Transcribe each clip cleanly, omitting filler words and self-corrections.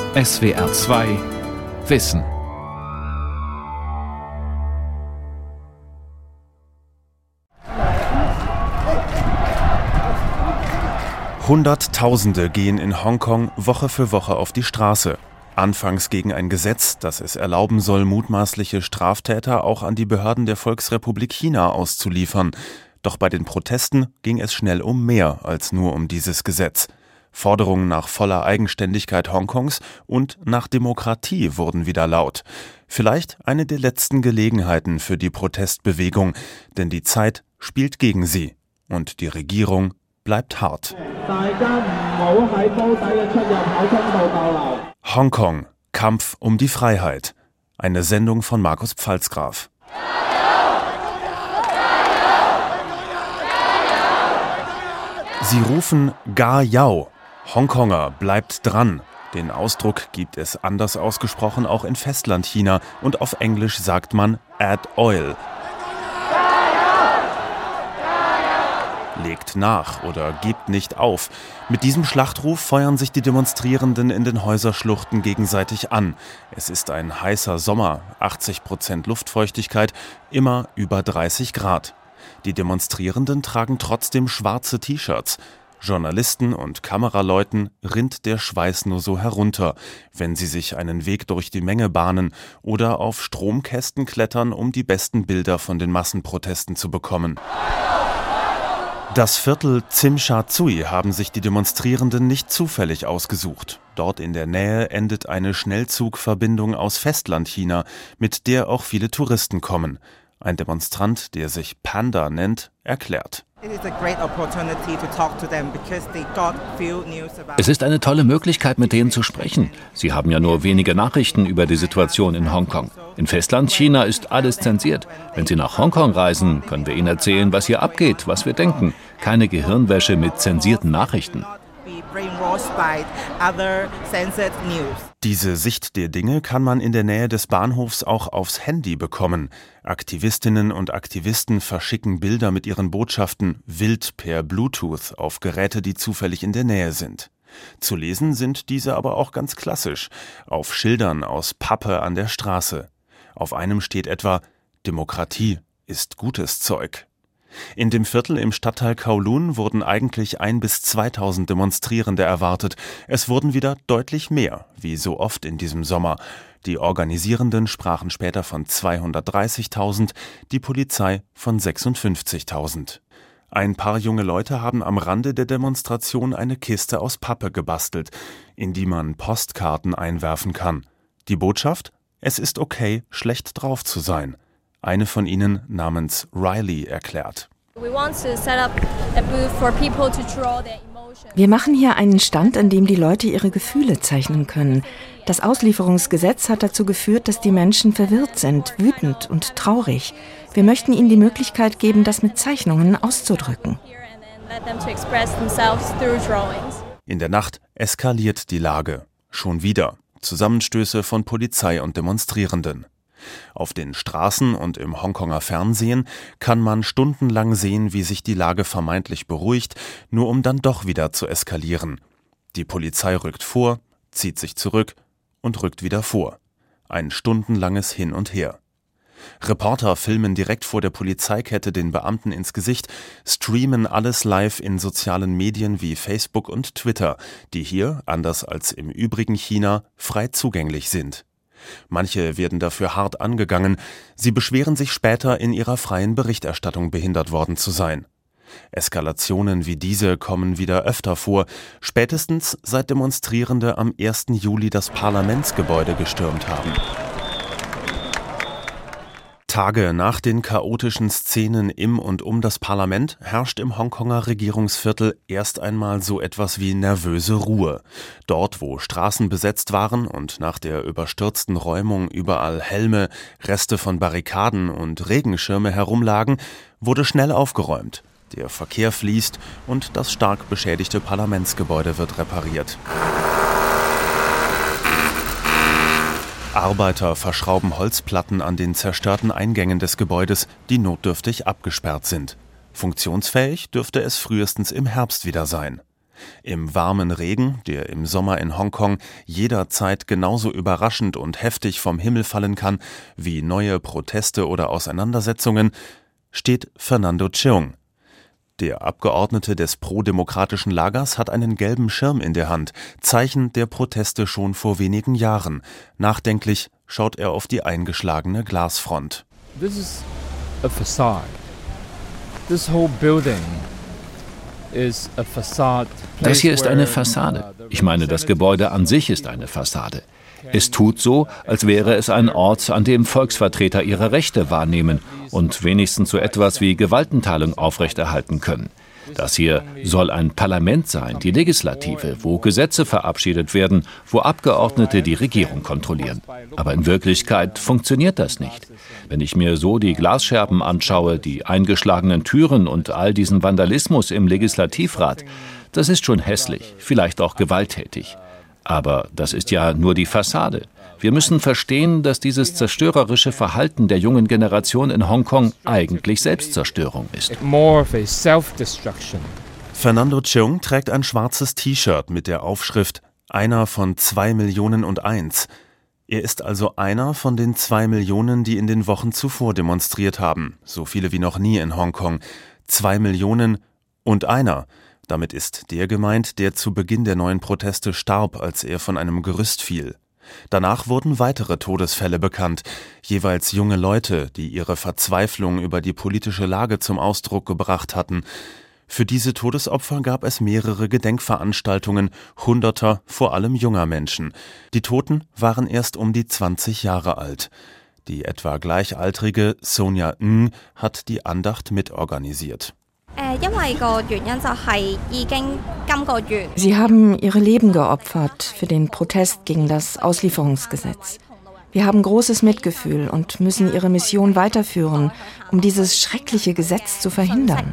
SWR 2 Wissen. Hunderttausende gehen in Hongkong Woche für Woche auf die Straße. Anfangs gegen ein Gesetz, das es erlauben soll, mutmaßliche Straftäter auch an die Behörden der Volksrepublik China auszuliefern. Doch bei den Protesten ging es schnell um mehr als nur um dieses Gesetz. Forderungen nach voller Eigenständigkeit Hongkongs und nach Demokratie wurden wieder laut. Vielleicht eine der letzten Gelegenheiten für die Protestbewegung, denn die Zeit spielt gegen sie und die Regierung bleibt hart. Hongkong, Kampf um die Freiheit. Eine Sendung von Markus Pfalzgraf. Sie rufen Ga Yao. Hongkonger, bleibt dran. Den Ausdruck gibt es anders ausgesprochen auch in Festlandchina und auf Englisch sagt man add oil. Legt nach oder gebt nicht auf. Mit diesem Schlachtruf feuern sich die Demonstrierenden in den Häuserschluchten gegenseitig an. Es ist ein heißer Sommer, 80% Luftfeuchtigkeit, immer über 30 Grad. Die Demonstrierenden tragen trotzdem schwarze T-Shirts. Journalisten und Kameraleuten rinnt der Schweiß nur so herunter, wenn sie sich einen Weg durch die Menge bahnen oder auf Stromkästen klettern, um die besten Bilder von den Massenprotesten zu bekommen. Das Viertel Tsim Sha Tsui haben sich die Demonstrierenden nicht zufällig ausgesucht. Dort in der Nähe endet eine Schnellzugverbindung aus Festlandchina, mit der auch viele Touristen kommen. Ein Demonstrant, der sich Panda nennt, erklärt: Es ist eine tolle Möglichkeit, mit denen zu sprechen. Sie haben ja nur wenige Nachrichten über die Situation in Hongkong. In Festlandchina ist alles zensiert. Wenn Sie nach Hongkong reisen, können wir Ihnen erzählen, was hier abgeht, was wir denken. Keine Gehirnwäsche mit zensierten Nachrichten. Diese Sicht der Dinge kann man in der Nähe des Bahnhofs auch aufs Handy bekommen. Aktivistinnen und Aktivisten verschicken Bilder mit ihren Botschaften wild per Bluetooth auf Geräte, die zufällig in der Nähe sind. Zu lesen sind diese aber auch ganz klassisch, auf Schildern aus Pappe an der Straße. Auf einem steht etwa: Demokratie ist gutes Zeug. In dem Viertel im Stadtteil Kowloon wurden eigentlich 1.000 bis 2.000 Demonstrierende erwartet. Es wurden wieder deutlich mehr, wie so oft in diesem Sommer. Die Organisierenden sprachen später von 230.000, die Polizei von 56.000. Ein paar junge Leute haben am Rande der Demonstration eine Kiste aus Pappe gebastelt, in die man Postkarten einwerfen kann. Die Botschaft: Es ist okay, schlecht drauf zu sein. Eine von ihnen, namens Riley, erklärt: Wir machen hier einen Stand, an dem die Leute ihre Gefühle zeichnen können. Das Auslieferungsgesetz hat dazu geführt, dass die Menschen verwirrt sind, wütend und traurig. Wir möchten ihnen die Möglichkeit geben, das mit Zeichnungen auszudrücken. In der Nacht eskaliert die Lage. Schon wieder Zusammenstöße von Polizei und Demonstrierenden. Auf den Straßen und im Hongkonger Fernsehen kann man stundenlang sehen, wie sich die Lage vermeintlich beruhigt, nur um dann doch wieder zu eskalieren. Die Polizei rückt vor, zieht sich zurück und rückt wieder vor. Ein stundenlanges Hin und Her. Reporter filmen direkt vor der Polizeikette den Beamten ins Gesicht, streamen alles live in sozialen Medien wie Facebook und Twitter, die hier, anders als im übrigen China, frei zugänglich sind. Manche werden dafür hart angegangen. Sie beschweren sich später, in ihrer freien Berichterstattung behindert worden zu sein. Eskalationen wie diese kommen wieder öfter vor, spätestens seit Demonstrierende am 1. Juli das Parlamentsgebäude gestürmt haben. Tage nach den chaotischen Szenen im und um das Parlament herrscht im Hongkonger Regierungsviertel erst einmal so etwas wie nervöse Ruhe. Dort, wo Straßen besetzt waren und nach der überstürzten Räumung überall Helme, Reste von Barrikaden und Regenschirme herumlagen, wurde schnell aufgeräumt. Der Verkehr fließt und das stark beschädigte Parlamentsgebäude wird repariert. Arbeiter verschrauben Holzplatten an den zerstörten Eingängen des Gebäudes, die notdürftig abgesperrt sind. Funktionsfähig dürfte es frühestens im Herbst wieder sein. Im warmen Regen, der im Sommer in Hongkong jederzeit genauso überraschend und heftig vom Himmel fallen kann wie neue Proteste oder Auseinandersetzungen, steht Fernando Cheung. Der Abgeordnete des pro-demokratischen Lagers hat einen gelben Schirm in der Hand, Zeichen der Proteste schon vor wenigen Jahren. Nachdenklich schaut er auf die eingeschlagene Glasfront. This is a facade. This whole building is a facade. Das hier ist eine Fassade. Ich meine, das Gebäude an sich ist eine Fassade. Es tut so, als wäre es ein Ort, an dem Volksvertreter ihre Rechte wahrnehmen und wenigstens so etwas wie Gewaltenteilung aufrechterhalten können. Das hier soll ein Parlament sein, die Legislative, wo Gesetze verabschiedet werden, wo Abgeordnete die Regierung kontrollieren. Aber in Wirklichkeit funktioniert das nicht. Wenn ich mir so die Glasscherben anschaue, die eingeschlagenen Türen und all diesen Vandalismus im Legislativrat, das ist schon hässlich, vielleicht auch gewalttätig. Aber das ist ja nur die Fassade. Wir müssen verstehen, dass dieses zerstörerische Verhalten der jungen Generation in Hongkong eigentlich Selbstzerstörung ist. Fernando Cheung trägt ein schwarzes T-Shirt mit der Aufschrift »Einer von 2.000.001«. Er ist also einer von den 2 Millionen, die in den Wochen zuvor demonstriert haben. So viele wie noch nie in Hongkong. 2 Millionen und einer. Damit ist der gemeint, der zu Beginn der neuen Proteste starb, als er von einem Gerüst fiel. Danach wurden weitere Todesfälle bekannt, jeweils junge Leute, die ihre Verzweiflung über die politische Lage zum Ausdruck gebracht hatten. Für diese Todesopfer gab es mehrere Gedenkveranstaltungen Hunderter, vor allem junger Menschen. Die Toten waren erst um die 20 Jahre alt. Die etwa gleichaltrige Sonia Ng hat die Andacht mitorganisiert. Sie haben ihre Leben geopfert für den Protest gegen das Auslieferungsgesetz. Wir haben großes Mitgefühl und müssen ihre Mission weiterführen, um dieses schreckliche Gesetz zu verhindern.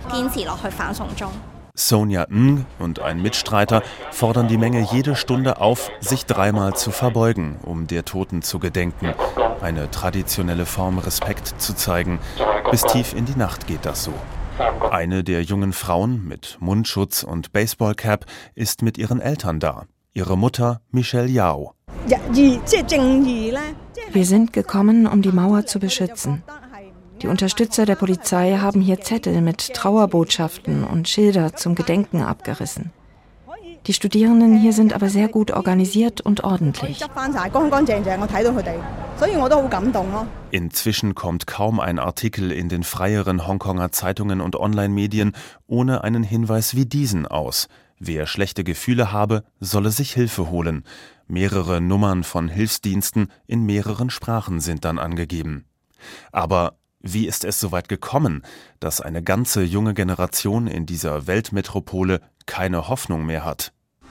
Sonia Ng und ein Mitstreiter fordern die Menge jede Stunde auf, sich 3-mal zu verbeugen, um der Toten zu gedenken. Eine traditionelle Form, Respekt zu zeigen. Bis tief in die Nacht geht das so. Eine der jungen Frauen mit Mundschutz und Baseballcap ist mit ihren Eltern da. Ihre Mutter Michelle Yao. Wir sind gekommen, um die Mauer zu beschützen. Die Unterstützer der Polizei haben hier Zettel mit Trauerbotschaften und Schilder zum Gedenken abgerissen. Die Studierenden hier sind aber sehr gut organisiert und ordentlich. Inzwischen kommt kaum ein Artikel in den freieren Hongkonger Zeitungen und Online-Medien ohne einen Hinweis wie diesen aus. Wer schlechte Gefühle habe, solle sich Hilfe holen. Mehrere Nummern von Hilfsdiensten in mehreren Sprachen sind dann angegeben. Aber wie ist es so weit gekommen, dass eine ganze junge Generation in dieser Weltmetropole keine Hoffnung mehr hat?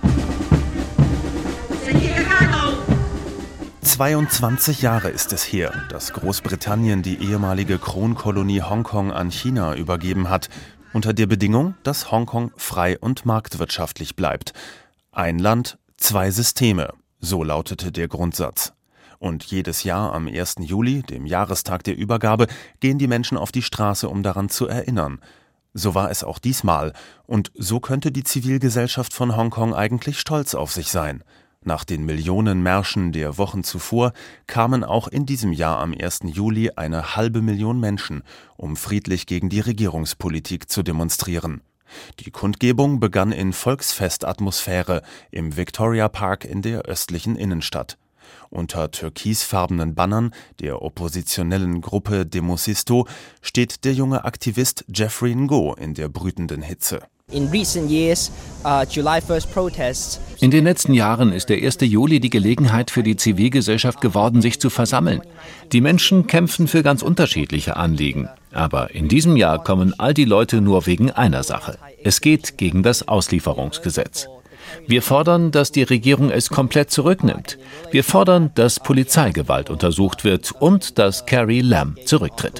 22 Jahre ist es her, dass Großbritannien die ehemalige Kronkolonie Hongkong an China übergeben hat, unter der Bedingung, dass Hongkong frei und marktwirtschaftlich bleibt. Ein Land, 2 Systeme, so lautete der Grundsatz. Und jedes Jahr am 1. Juli, dem Jahrestag der Übergabe, gehen die Menschen auf die Straße, um daran zu erinnern. So war es auch diesmal. Und so könnte die Zivilgesellschaft von Hongkong eigentlich stolz auf sich sein. Nach den Millionen Märschen der Wochen zuvor kamen auch in diesem Jahr am 1. Juli 500.000 Menschen, um friedlich gegen die Regierungspolitik zu demonstrieren. Die Kundgebung begann in Volksfestatmosphäre im Victoria Park in der östlichen Innenstadt. Unter türkisfarbenen Bannern der oppositionellen Gruppe Demosisto steht der junge Aktivist Jeffrey Ngo in der brütenden Hitze. In den letzten Jahren ist der 1. Juli die Gelegenheit für die Zivilgesellschaft geworden, sich zu versammeln. Die Menschen kämpfen für ganz unterschiedliche Anliegen. Aber in diesem Jahr kommen all die Leute nur wegen einer Sache. Es geht gegen das Auslieferungsgesetz. Wir fordern, dass die Regierung es komplett zurücknimmt. Wir fordern, dass Polizeigewalt untersucht wird und dass Carrie Lam zurücktritt.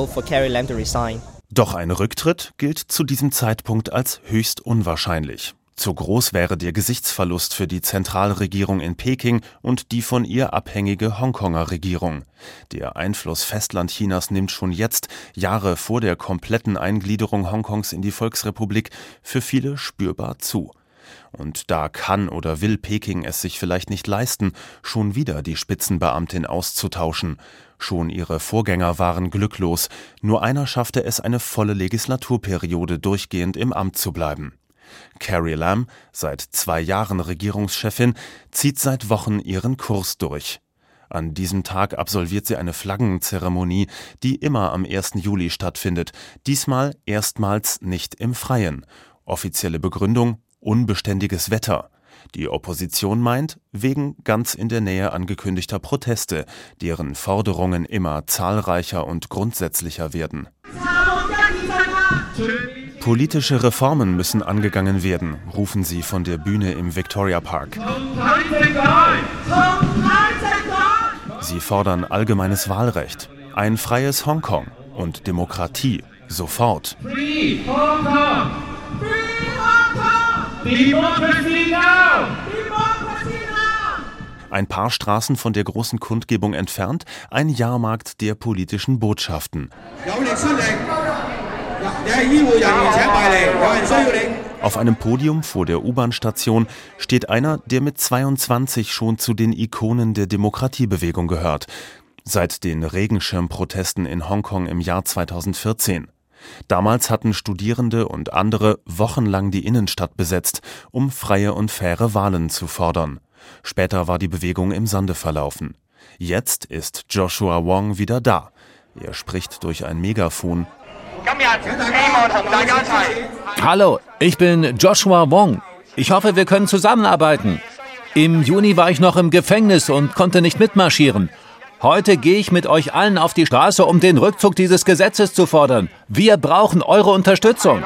Doch ein Rücktritt gilt zu diesem Zeitpunkt als höchst unwahrscheinlich. Zu groß wäre der Gesichtsverlust für die Zentralregierung in Peking und die von ihr abhängige Hongkonger Regierung. Der Einfluss Festlandchinas nimmt schon jetzt, Jahre vor der kompletten Eingliederung Hongkongs in die Volksrepublik, für viele spürbar zu. Und da kann oder will Peking es sich vielleicht nicht leisten, schon wieder die Spitzenbeamtin auszutauschen. Schon ihre Vorgänger waren glücklos. Nur einer schaffte es, eine volle Legislaturperiode durchgehend im Amt zu bleiben. Carrie Lam, seit 2 Jahren Regierungschefin, zieht seit Wochen ihren Kurs durch. An diesem Tag absolviert sie eine Flaggenzeremonie, die immer am 1. Juli stattfindet, diesmal erstmals nicht im Freien. Offizielle Begründung: unbeständiges Wetter. Die Opposition meint, wegen ganz in der Nähe angekündigter Proteste, deren Forderungen immer zahlreicher und grundsätzlicher werden. Politische Reformen müssen angegangen werden, rufen sie von der Bühne im Victoria Park. Sie fordern allgemeines Wahlrecht, ein freies Hongkong und Demokratie, sofort. Free Hong Kong! Free Hong Kong! Democracy now! Democracy now! Ein paar Straßen von der großen Kundgebung entfernt, ein Jahrmarkt der politischen Botschaften. Auf einem Podium vor der U-Bahn-Station steht einer, der mit 22 schon zu den Ikonen der Demokratiebewegung gehört. Seit den Regenschirmprotesten in Hongkong im Jahr 2014. Damals hatten Studierende und andere wochenlang die Innenstadt besetzt, um freie und faire Wahlen zu fordern. Später war die Bewegung im Sande verlaufen. Jetzt ist Joshua Wong wieder da. Er spricht durch ein Megafon. Hallo, ich bin Joshua Wong. Ich hoffe, wir können zusammenarbeiten. Im Juni war ich noch im Gefängnis und konnte nicht mitmarschieren. Heute gehe ich mit euch allen auf die Straße, um den Rückzug dieses Gesetzes zu fordern. Wir brauchen eure Unterstützung.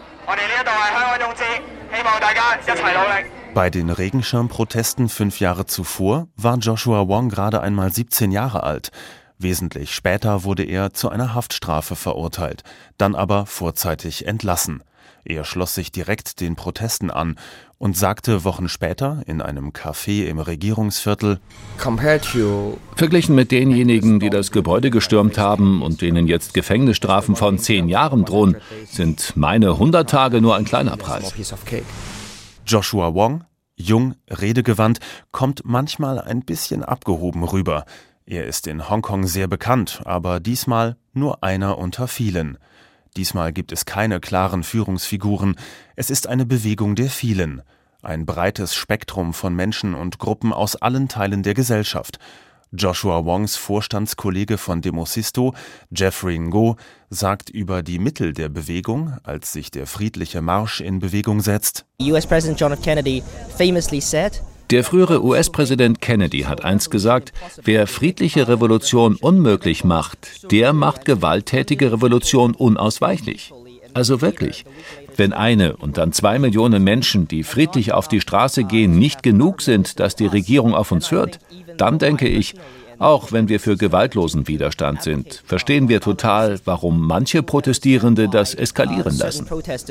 Bei den Regenschirmprotesten 5 Jahre zuvor war Joshua Wong gerade einmal 17 Jahre alt. Wesentlich später wurde er zu einer Haftstrafe verurteilt, dann aber vorzeitig entlassen. Er schloss sich direkt den Protesten an und sagte Wochen später in einem Café im Regierungsviertel: Verglichen mit denjenigen, die das Gebäude gestürmt haben und denen jetzt Gefängnisstrafen von 10 Jahren drohen, sind meine 100 Tage nur ein kleiner Preis. Joshua Wong, jung, redegewandt, kommt manchmal ein bisschen abgehoben rüber. Er ist in Hongkong sehr bekannt, aber diesmal nur einer unter vielen. Diesmal gibt es keine klaren Führungsfiguren. Es ist eine Bewegung der vielen. Ein breites Spektrum von Menschen und Gruppen aus allen Teilen der Gesellschaft. Joshua Wongs Vorstandskollege von Demosisto, Jeffrey Ngo, sagt über die Mittel der Bewegung, als sich der friedliche Marsch in Bewegung setzt: US-Präsident John F. Kennedy famously said, der frühere US-Präsident Kennedy hat einst gesagt, wer friedliche Revolution unmöglich macht, der macht gewalttätige Revolution unausweichlich. Also wirklich, wenn 1 und dann 2 Millionen Menschen, die friedlich auf die Straße gehen, nicht genug sind, dass die Regierung auf uns hört, dann denke ich, auch wenn wir für gewaltlosen Widerstand sind, verstehen wir total, warum manche Protestierende das eskalieren lassen.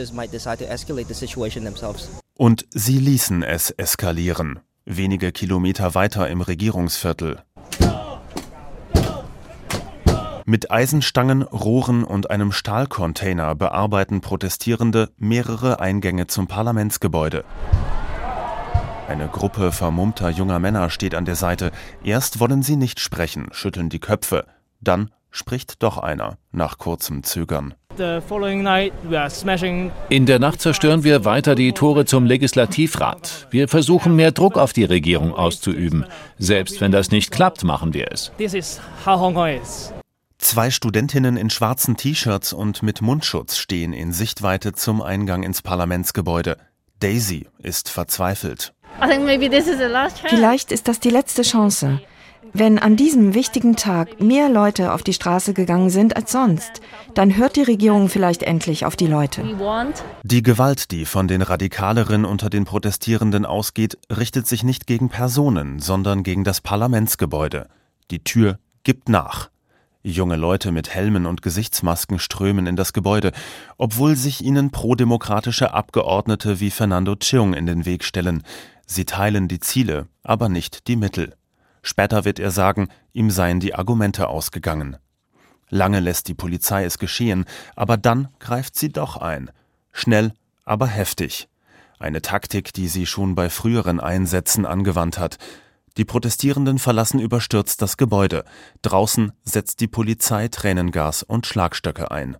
Und sie ließen es eskalieren. Wenige Kilometer weiter im Regierungsviertel. Mit Eisenstangen, Rohren und einem Stahlcontainer bearbeiten Protestierende mehrere Eingänge zum Parlamentsgebäude. Eine Gruppe vermummter junger Männer steht an der Seite. Erst wollen sie nicht sprechen, schütteln die Köpfe. Dann spricht doch einer, nach kurzem Zögern. In der Nacht zerstören wir weiter die Tore zum Legislativrat. Wir versuchen, mehr Druck auf die Regierung auszuüben. Selbst wenn das nicht klappt, machen wir es. 2 Studentinnen in schwarzen T-Shirts und mit Mundschutz stehen in Sichtweite zum Eingang ins Parlamentsgebäude. Daisy ist verzweifelt. Vielleicht ist das die letzte Chance. Wenn an diesem wichtigen Tag mehr Leute auf die Straße gegangen sind als sonst, dann hört die Regierung vielleicht endlich auf die Leute. Die Gewalt, die von den Radikaleren unter den Protestierenden ausgeht, richtet sich nicht gegen Personen, sondern gegen das Parlamentsgebäude. Die Tür gibt nach. Junge Leute mit Helmen und Gesichtsmasken strömen in das Gebäude, obwohl sich ihnen prodemokratische Abgeordnete wie Fernando Cheung in den Weg stellen. Sie teilen die Ziele, aber nicht die Mittel. Später wird er sagen, ihm seien die Argumente ausgegangen. Lange lässt die Polizei es geschehen, aber dann greift sie doch ein. Schnell, aber heftig. Eine Taktik, die sie schon bei früheren Einsätzen angewandt hat. Die Protestierenden verlassen überstürzt das Gebäude. Draußen setzt die Polizei Tränengas und Schlagstöcke ein.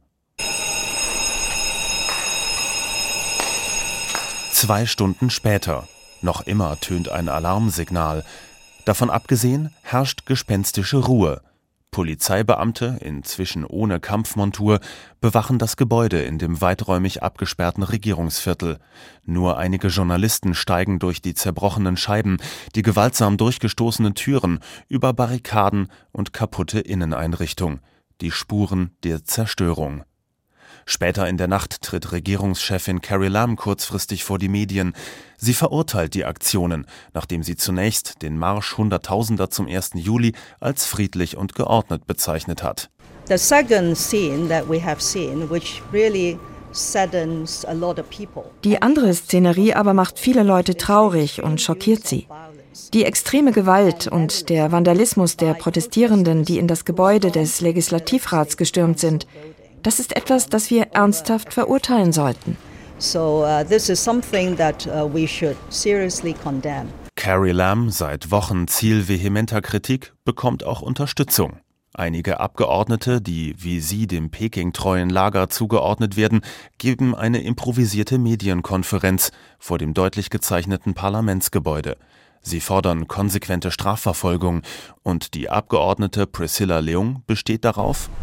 2 Stunden später. Noch immer tönt ein Alarmsignal. Davon abgesehen herrscht gespenstische Ruhe. Polizeibeamte, inzwischen ohne Kampfmontur, bewachen das Gebäude in dem weiträumig abgesperrten Regierungsviertel. Nur einige Journalisten steigen durch die zerbrochenen Scheiben, die gewaltsam durchgestoßenen Türen, über Barrikaden und kaputte Inneneinrichtung. Die Spuren der Zerstörung. Später in der Nacht tritt Regierungschefin Carrie Lam kurzfristig vor die Medien. Sie verurteilt die Aktionen, nachdem sie zunächst den Marsch Hunderttausender zum 1. Juli als friedlich und geordnet bezeichnet hat. The second scene that we have seen, which really saddens a lot of people. Die andere Szenerie aber macht viele Leute traurig und schockiert sie. Die extreme Gewalt und der Vandalismus der Protestierenden, die in das Gebäude des Legislativrats gestürmt sind, das ist etwas, das wir ernsthaft verurteilen sollten. So this is something that we should seriously condemn. Carrie Lam, seit Wochen Ziel vehementer Kritik, bekommt auch Unterstützung. Einige Abgeordnete, die wie sie dem Peking-treuen Lager zugeordnet werden, geben eine improvisierte Medienkonferenz vor dem deutlich gezeichneten Parlamentsgebäude. Sie fordern konsequente Strafverfolgung und die Abgeordnete Priscilla Leung besteht darauf: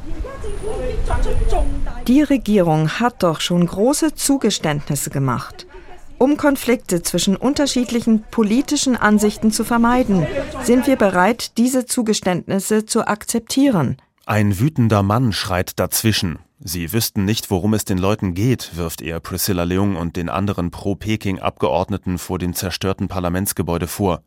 Die Regierung hat doch schon große Zugeständnisse gemacht. Um Konflikte zwischen unterschiedlichen politischen Ansichten zu vermeiden, sind wir bereit, diese Zugeständnisse zu akzeptieren. Ein wütender Mann schreit dazwischen. Sie wüssten nicht, worum es den Leuten geht, wirft er Priscilla Leung und den anderen Pro-Peking-Abgeordneten vor dem zerstörten Parlamentsgebäude vor.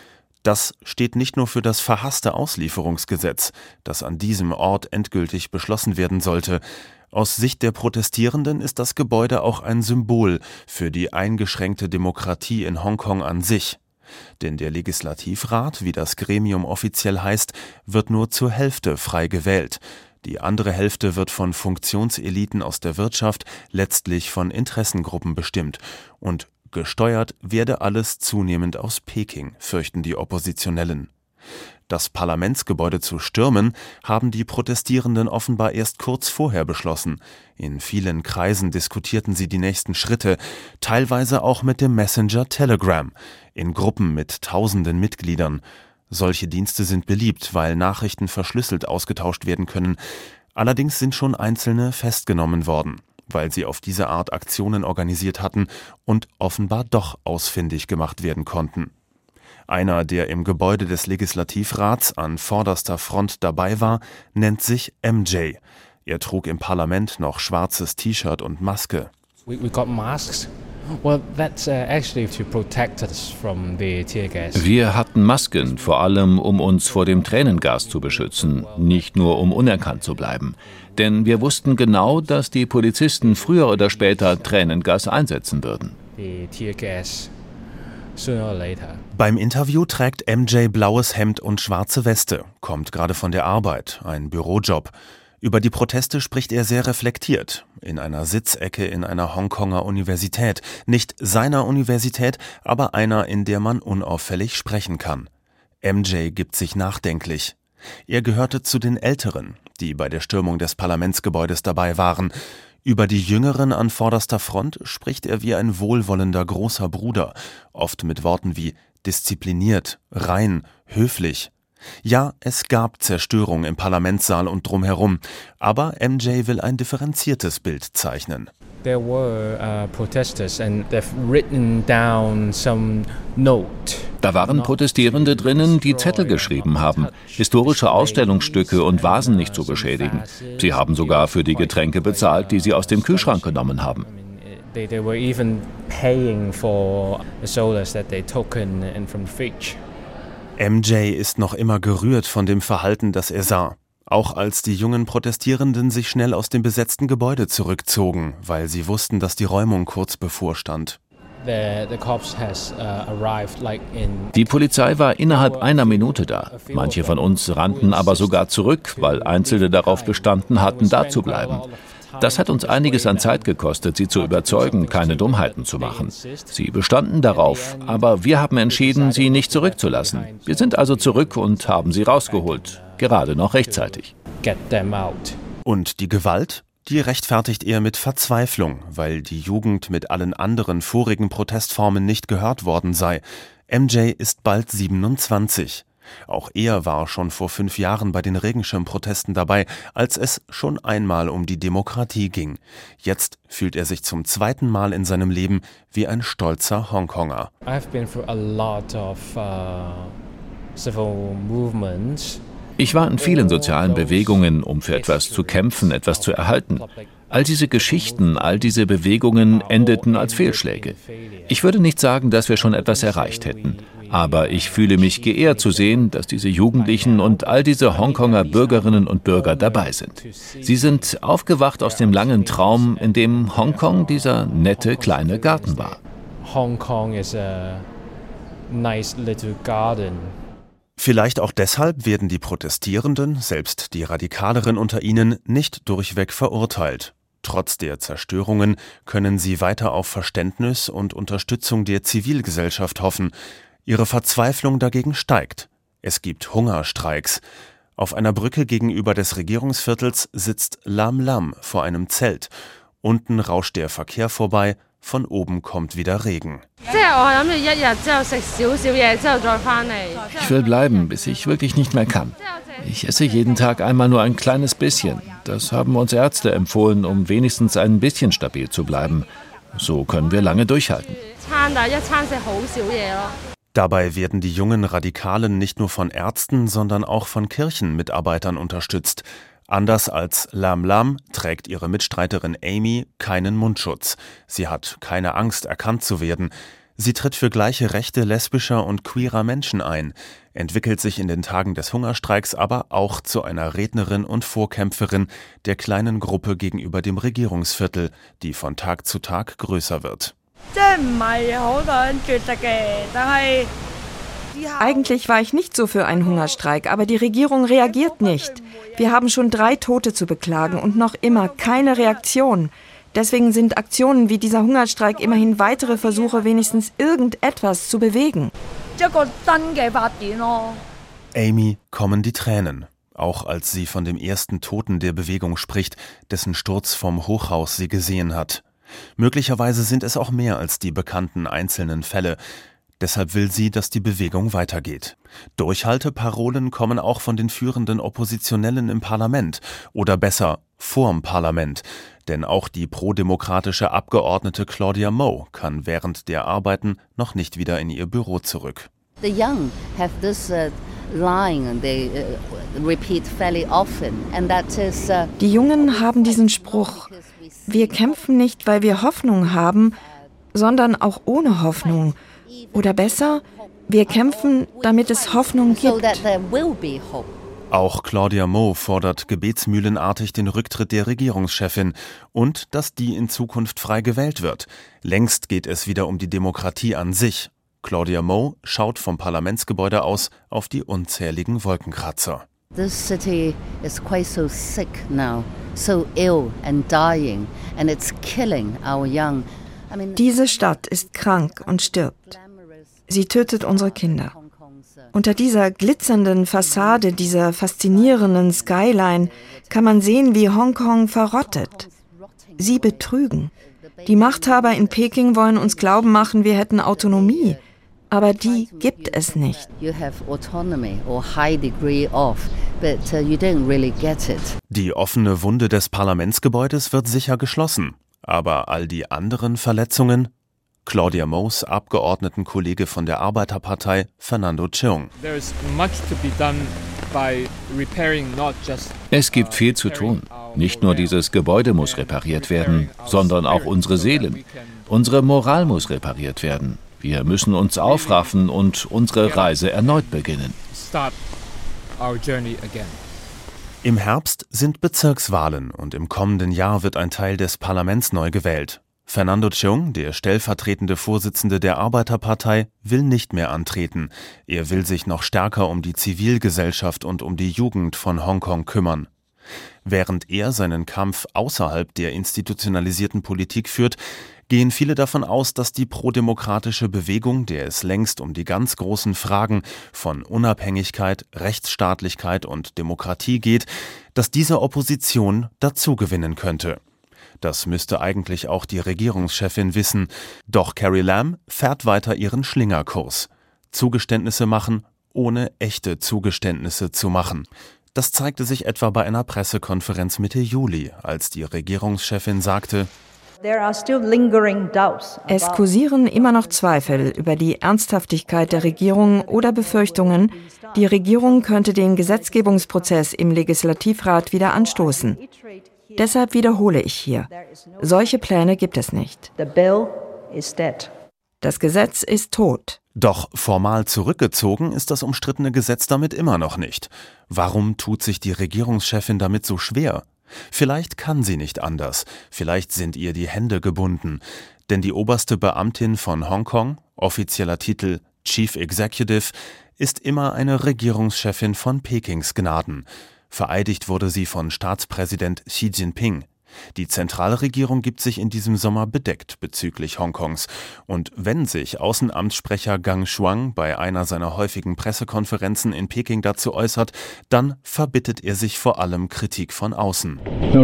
Das steht nicht nur für das verhasste Auslieferungsgesetz, das an diesem Ort endgültig beschlossen werden sollte. Aus Sicht der Protestierenden ist das Gebäude auch ein Symbol für die eingeschränkte Demokratie in Hongkong an sich. Denn der Legislativrat, wie das Gremium offiziell heißt, wird nur zur Hälfte frei gewählt. Die andere Hälfte wird von Funktionseliten aus der Wirtschaft, letztlich von Interessengruppen bestimmt. Und gesteuert werde alles zunehmend aus Peking, fürchten die Oppositionellen. Das Parlamentsgebäude zu stürmen, haben die Protestierenden offenbar erst kurz vorher beschlossen. In vielen Kreisen diskutierten sie die nächsten Schritte, teilweise auch mit dem Messenger Telegram, in Gruppen mit tausenden Mitgliedern. Solche Dienste sind beliebt, weil Nachrichten verschlüsselt ausgetauscht werden können. Allerdings sind schon Einzelne festgenommen worden, weil sie auf diese Art Aktionen organisiert hatten und offenbar doch ausfindig gemacht werden konnten. Einer, der im Gebäude des Legislativrats an vorderster Front dabei war, nennt sich MJ. Er trug im Parlament noch schwarzes T-Shirt und Maske. We got masks. Well, that's actually to protect us from the tear gas. Wir hatten Masken, vor allem um uns vor dem Tränengas zu beschützen, nicht nur um unerkannt zu bleiben. Denn wir wussten genau, dass die Polizisten früher oder später Tränengas einsetzen würden. The tear gas. Sooner or later. Beim Interview trägt MJ blaues Hemd und schwarze Weste, kommt gerade von der Arbeit, ein Bürojob. Über die Proteste spricht er sehr reflektiert, in einer Sitzecke in einer Hongkonger Universität. Nicht seiner Universität, aber einer, in der man unauffällig sprechen kann. MJ gibt sich nachdenklich. Er gehörte zu den Älteren, die bei der Stürmung des Parlamentsgebäudes dabei waren. Über die Jüngeren an vorderster Front spricht er wie ein wohlwollender großer Bruder, oft mit Worten wie diszipliniert, rein, höflich. Ja, es gab Zerstörung im Parlamentssaal und drumherum, aber MJ will ein differenziertes Bild zeichnen. There were protesters and they've written down some note. Da waren Protestierende drinnen, die Zettel geschrieben haben, historische Ausstellungsstücke und Vasen nicht zu beschädigen. Sie haben sogar für die Getränke bezahlt, die sie aus dem Kühlschrank genommen haben. They were even paying for the sodas that they took in from the fridge. MJ ist noch immer gerührt von dem Verhalten, das er sah. Auch als die jungen Protestierenden sich schnell aus dem besetzten Gebäude zurückzogen, weil sie wussten, dass die Räumung kurz bevorstand. Die Polizei war innerhalb einer Minute da. Manche von uns rannten aber sogar zurück, weil Einzelne darauf bestanden hatten, da zu bleiben. Das hat uns einiges an Zeit gekostet, sie zu überzeugen, keine Dummheiten zu machen. Sie bestanden darauf, aber wir haben entschieden, sie nicht zurückzulassen. Wir sind also zurück und haben sie rausgeholt, gerade noch rechtzeitig. Und die Gewalt? Die rechtfertigt er mit Verzweiflung, weil die Jugend mit allen anderen vorigen Protestformen nicht gehört worden sei. MJ ist bald 27. Auch er war schon vor 5 Jahren bei den Regenschirmprotesten dabei, als es schon einmal um die Demokratie ging. Jetzt fühlt er sich zum 2. Mal in seinem Leben wie ein stolzer Hongkonger. Ich war in vielen sozialen Bewegungen, um für etwas zu kämpfen, etwas zu erhalten. All diese Geschichten, all diese Bewegungen endeten als Fehlschläge. Ich würde nicht sagen, dass wir schon etwas erreicht hätten. Aber ich fühle mich geehrt zu sehen, dass diese Jugendlichen und all diese Hongkonger Bürgerinnen und Bürger dabei sind. Sie sind aufgewacht aus dem langen Traum, in dem Hongkong dieser nette kleine Garten war. Hongkong is a nice little garden. Vielleicht auch deshalb werden die Protestierenden, selbst die Radikaleren unter ihnen, nicht durchweg verurteilt. Trotz der Zerstörungen können sie weiter auf Verständnis und Unterstützung der Zivilgesellschaft hoffen. Ihre Verzweiflung dagegen steigt. Es gibt Hungerstreiks. Auf einer Brücke gegenüber des Regierungsviertels sitzt Lam Lam vor einem Zelt. Unten rauscht der Verkehr vorbei, von oben kommt wieder Regen. Ich will bleiben, bis ich wirklich nicht mehr kann. Ich esse jeden Tag einmal nur ein kleines bisschen. Das haben uns Ärzte empfohlen, um wenigstens ein bisschen stabil zu bleiben. So können wir lange durchhalten. Dabei werden die jungen Radikalen nicht nur von Ärzten, sondern auch von Kirchenmitarbeitern unterstützt. Anders als Lam Lam trägt ihre Mitstreiterin Amy keinen Mundschutz. Sie hat keine Angst, erkannt zu werden. Sie tritt für gleiche Rechte lesbischer und queerer Menschen ein, entwickelt sich in den Tagen des Hungerstreiks aber auch zu einer Rednerin und Vorkämpferin der kleinen Gruppe gegenüber dem Regierungsviertel, die von Tag zu Tag größer wird. Eigentlich war ich nicht so für einen Hungerstreik, aber die Regierung reagiert nicht. Wir haben schon 3 Tote zu beklagen und noch immer keine Reaktion. Deswegen sind Aktionen wie dieser Hungerstreik immerhin weitere Versuche, wenigstens irgendetwas zu bewegen. Amy kommen die Tränen, auch als sie von dem ersten Toten der Bewegung spricht, dessen Sturz vom Hochhaus sie gesehen hat. Möglicherweise sind es auch mehr als die bekannten einzelnen Fälle. Deshalb will sie, dass die Bewegung weitergeht. Durchhalteparolen kommen auch von den führenden Oppositionellen im Parlament oder besser vorm Parlament. Denn auch die prodemokratische Abgeordnete Claudia Mo kann während der Arbeiten noch nicht wieder in ihr Büro zurück. The young have this line they repeat fairly often, and that is Die Jungen haben diesen Spruch: Wir kämpfen nicht, weil wir Hoffnung haben, sondern auch ohne Hoffnung. Oder besser, wir kämpfen, damit es Hoffnung gibt. Auch Claudia Mo fordert gebetsmühlenartig den Rücktritt der Regierungschefin und dass die in Zukunft frei gewählt wird. Längst geht es wieder um die Demokratie an sich. Claudia Mo schaut vom Parlamentsgebäude aus auf die unzähligen Wolkenkratzer. This city is quite so sick now, so ill and dying, and it's killing our young. Diese Stadt ist krank und stirbt. Sie tötet unsere Kinder. Unter dieser glitzernden Fassade, dieser faszinierenden Skyline, kann man sehen, wie Hongkong verrottet. Sie betrügen. Die Machthaber in Peking wollen uns glauben machen, wir hätten Autonomie. Aber die gibt es nicht. Die offene Wunde des Parlamentsgebäudes wird sicher geschlossen. Aber all die anderen Verletzungen? Claudia Mos Abgeordnetenkollege von der Arbeiterpartei, Fernando Cheung. Es gibt viel zu tun. Nicht nur dieses Gebäude muss repariert werden, sondern auch unsere Seelen. Unsere Moral muss repariert werden. Wir müssen uns aufraffen und unsere Reise erneut beginnen. Im Herbst sind Bezirkswahlen und im kommenden Jahr wird ein Teil des Parlaments neu gewählt. Fernando Cheung, der stellvertretende Vorsitzende der Arbeiterpartei, will nicht mehr antreten. Er will sich noch stärker um die Zivilgesellschaft und um die Jugend von Hongkong kümmern. Während er seinen Kampf außerhalb der institutionalisierten Politik führt, gehen viele davon aus, dass die prodemokratische Bewegung, der es längst um die ganz großen Fragen von Unabhängigkeit, Rechtsstaatlichkeit und Demokratie geht, dass diese Opposition dazugewinnen könnte. Das müsste eigentlich auch die Regierungschefin wissen, doch Carrie Lam fährt weiter ihren Schlingerkurs. Zugeständnisse machen, ohne echte Zugeständnisse zu machen. Das zeigte sich etwa bei einer Pressekonferenz Mitte Juli, als die Regierungschefin sagte: Es kursieren immer noch Zweifel über die Ernsthaftigkeit der Regierung oder Befürchtungen, die Regierung könnte den Gesetzgebungsprozess im Legislativrat wieder anstoßen. Deshalb wiederhole ich hier: Solche Pläne gibt es nicht. Das Gesetz ist tot. Doch formal zurückgezogen ist das umstrittene Gesetz damit immer noch nicht. Warum tut sich die Regierungschefin damit so schwer? Vielleicht kann sie nicht anders, vielleicht sind ihr die Hände gebunden. Denn die oberste Beamtin von Hongkong, offizieller Titel Chief Executive, ist immer eine Regierungschefin von Pekings Gnaden. Vereidigt wurde sie von Staatspräsident Xi Jinping. Die Zentralregierung gibt sich in diesem Sommer bedeckt bezüglich Hongkongs. Und wenn sich Außenamtssprecher Gang Shuang bei einer seiner häufigen Pressekonferenzen in Peking dazu äußert, dann verbittet er sich vor allem Kritik von außen.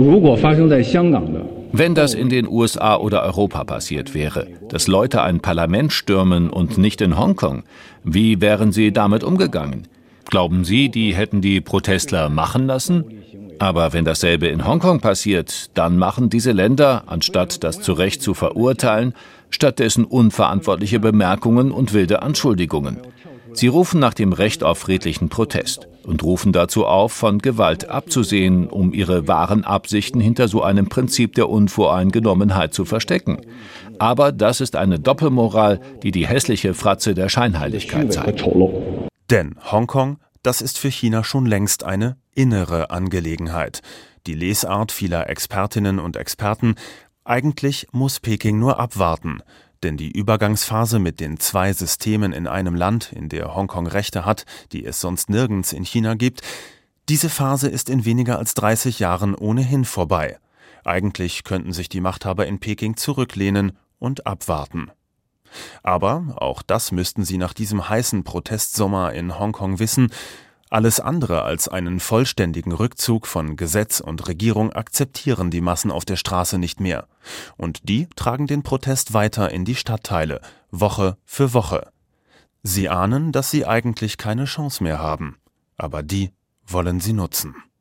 Wenn das in den USA oder Europa passiert wäre, dass Leute ein Parlament stürmen und nicht in Hongkong, wie wären Sie damit umgegangen? Glauben Sie, die hätten die Protestler machen lassen? Aber wenn dasselbe in Hongkong passiert, dann machen diese Länder, anstatt das zu Recht zu verurteilen, stattdessen unverantwortliche Bemerkungen und wilde Anschuldigungen. Sie rufen nach dem Recht auf friedlichen Protest und rufen dazu auf, von Gewalt abzusehen, um ihre wahren Absichten hinter so einem Prinzip der Unvoreingenommenheit zu verstecken. Aber das ist eine Doppelmoral, die die hässliche Fratze der Scheinheiligkeit zeigt. Denn Hongkong, das ist für China schon längst eine innere Angelegenheit. Die Lesart vieler Expertinnen und Experten: Eigentlich muss Peking nur abwarten. Denn die Übergangsphase mit den 2 Systemen in einem Land, in der Hongkong Rechte hat, die es sonst nirgends in China gibt, diese Phase ist in weniger als 30 Jahren ohnehin vorbei. Eigentlich könnten sich die Machthaber in Peking zurücklehnen und abwarten. Aber, auch das müssten sie nach diesem heißen Protestsommer in Hongkong wissen, alles andere als einen vollständigen Rückzug von Gesetz und Regierung akzeptieren die Massen auf der Straße nicht mehr. Und die tragen den Protest weiter in die Stadtteile, Woche für Woche. Sie ahnen, dass sie eigentlich keine Chance mehr haben. Aber die wollen sie nutzen.